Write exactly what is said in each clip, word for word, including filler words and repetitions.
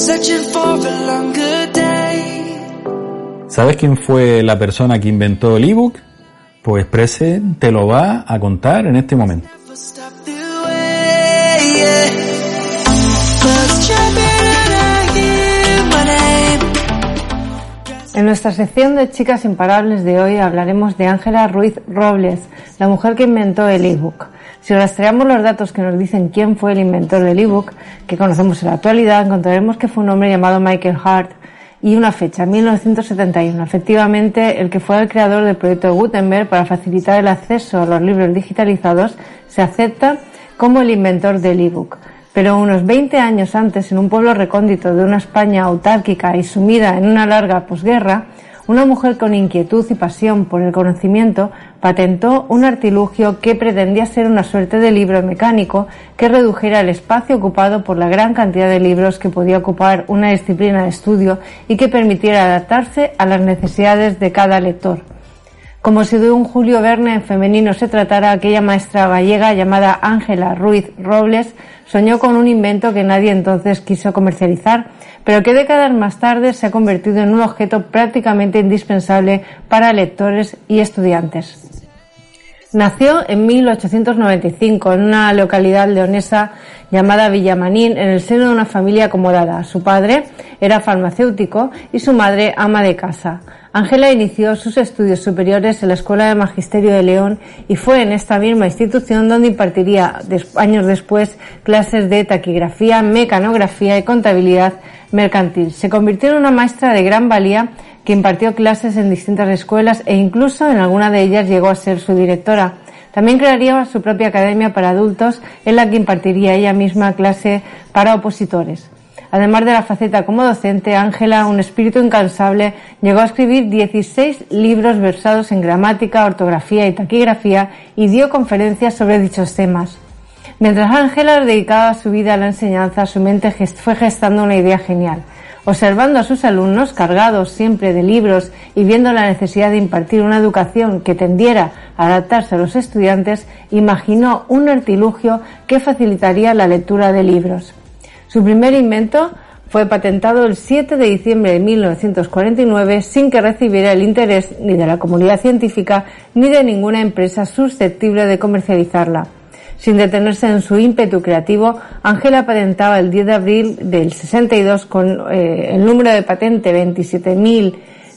¿Sabes quién fue la persona que inventó el ebook? Pues Prese te lo va a contar en este momento. En nuestra sección de Chicas Imparables de hoy hablaremos de Ángela Ruiz Robles, la mujer que inventó el ebook. Si rastreamos los datos que nos dicen quién fue el inventor del ebook, que conocemos en la actualidad, encontraremos que fue un hombre llamado Michael Hart y una fecha, mil novecientos setenta y uno. Efectivamente, el que fue el creador del proyecto Gutenberg para facilitar el acceso a los libros digitalizados se acepta como el inventor del ebook. Pero unos veinte años antes, en un pueblo recóndito de una España autárquica y sumida en una larga posguerra, una mujer con inquietud y pasión por el conocimiento patentó un artilugio que pretendía ser una suerte de libro mecánico que redujera el espacio ocupado por la gran cantidad de libros que podía ocupar una disciplina de estudio y que permitiera adaptarse a las necesidades de cada lector. Como si de un Julio Verne en femenino se tratara, aquella maestra gallega llamada Ángela Ruiz Robles soñó con un invento que nadie entonces quiso comercializar, pero que décadas más tarde se ha convertido en un objeto prácticamente indispensable para lectores y estudiantes. Nació en mil ochocientos noventa y cinco en una localidad leonesa llamada Villamanín, en el seno de una familia acomodada. Su padre era farmacéutico y su madre ama de casa. Ángela inició sus estudios superiores en la Escuela de Magisterio de León y fue en esta misma institución donde impartiría años después clases de taquigrafía, mecanografía y contabilidad mercantil. Se convirtió en una maestra de gran valía que impartió clases en distintas escuelas e incluso en alguna de ellas llegó a ser su directora. También crearía su propia academia para adultos en la que impartiría ella misma clase para opositores. Además de la faceta como docente, Ángela, un espíritu incansable, llegó a escribir dieciséis libros versados en gramática, ortografía y taquigrafía y dio conferencias sobre dichos temas. Mientras Ángela dedicaba su vida a la enseñanza, su mente fue gestando una idea genial. Observando a sus alumnos cargados siempre de libros y viendo la necesidad de impartir una educación que tendiera a adaptarse a los estudiantes, imaginó un artilugio que facilitaría la lectura de libros. Su primer invento fue patentado el siete de diciembre de mil novecientos cuarenta y nueve sin que recibiera el interés ni de la comunidad científica ni de ninguna empresa susceptible de comercializarla. Sin detenerse en su ímpetu creativo, Ángela patentaba el diez de abril del sesenta y dos con eh, el número de patente veintisiete mil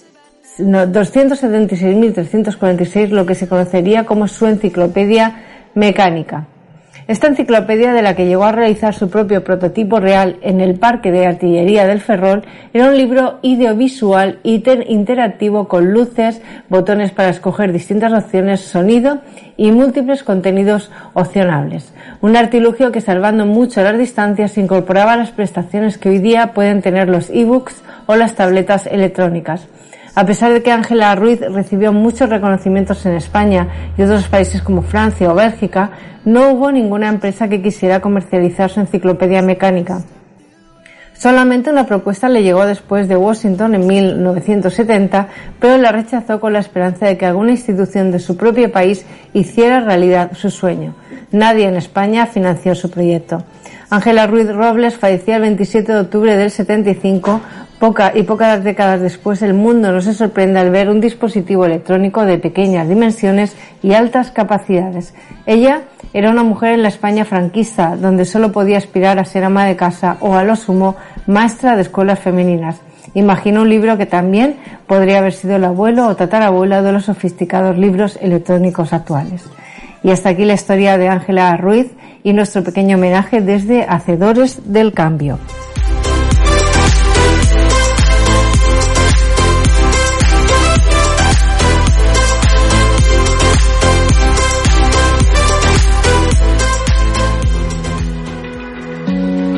doscientos setenta y seis mil trescientos cuarenta y seis, lo que se conocería como su enciclopedia mecánica. Esta enciclopedia, de la que llegó a realizar su propio prototipo real en el Parque de Artillería del Ferrol, era un libro audiovisual interactivo con luces, botones para escoger distintas opciones, sonido y múltiples contenidos opcionables. Un artilugio que, salvando mucho las distancias, incorporaba las prestaciones que hoy día pueden tener los ebooks o las tabletas electrónicas. A pesar de que Ángela Ruiz recibió muchos reconocimientos en España y otros países como Francia o Bélgica, no hubo ninguna empresa que quisiera comercializar su enciclopedia mecánica. Solamente una propuesta le llegó después de Washington en mil novecientos setenta, pero la rechazó con la esperanza de que alguna institución de su propio país hiciera realidad su sueño. Nadie en España financió su proyecto. Ángela Ruiz Robles falleció el veintisiete de octubre del setenta y cinco, poca y pocas décadas después. El mundo no se sorprende al ver un dispositivo electrónico de pequeñas dimensiones y altas capacidades. Ella era una mujer en la España franquista, donde solo podía aspirar a ser ama de casa o, a lo sumo, maestra de escuelas femeninas. Imaginó un libro que también podría haber sido el abuelo o tatarabuelo de los sofisticados libros electrónicos actuales. Y hasta aquí la historia de Ángela Ruiz y nuestro pequeño homenaje desde Hacedores del Cambio.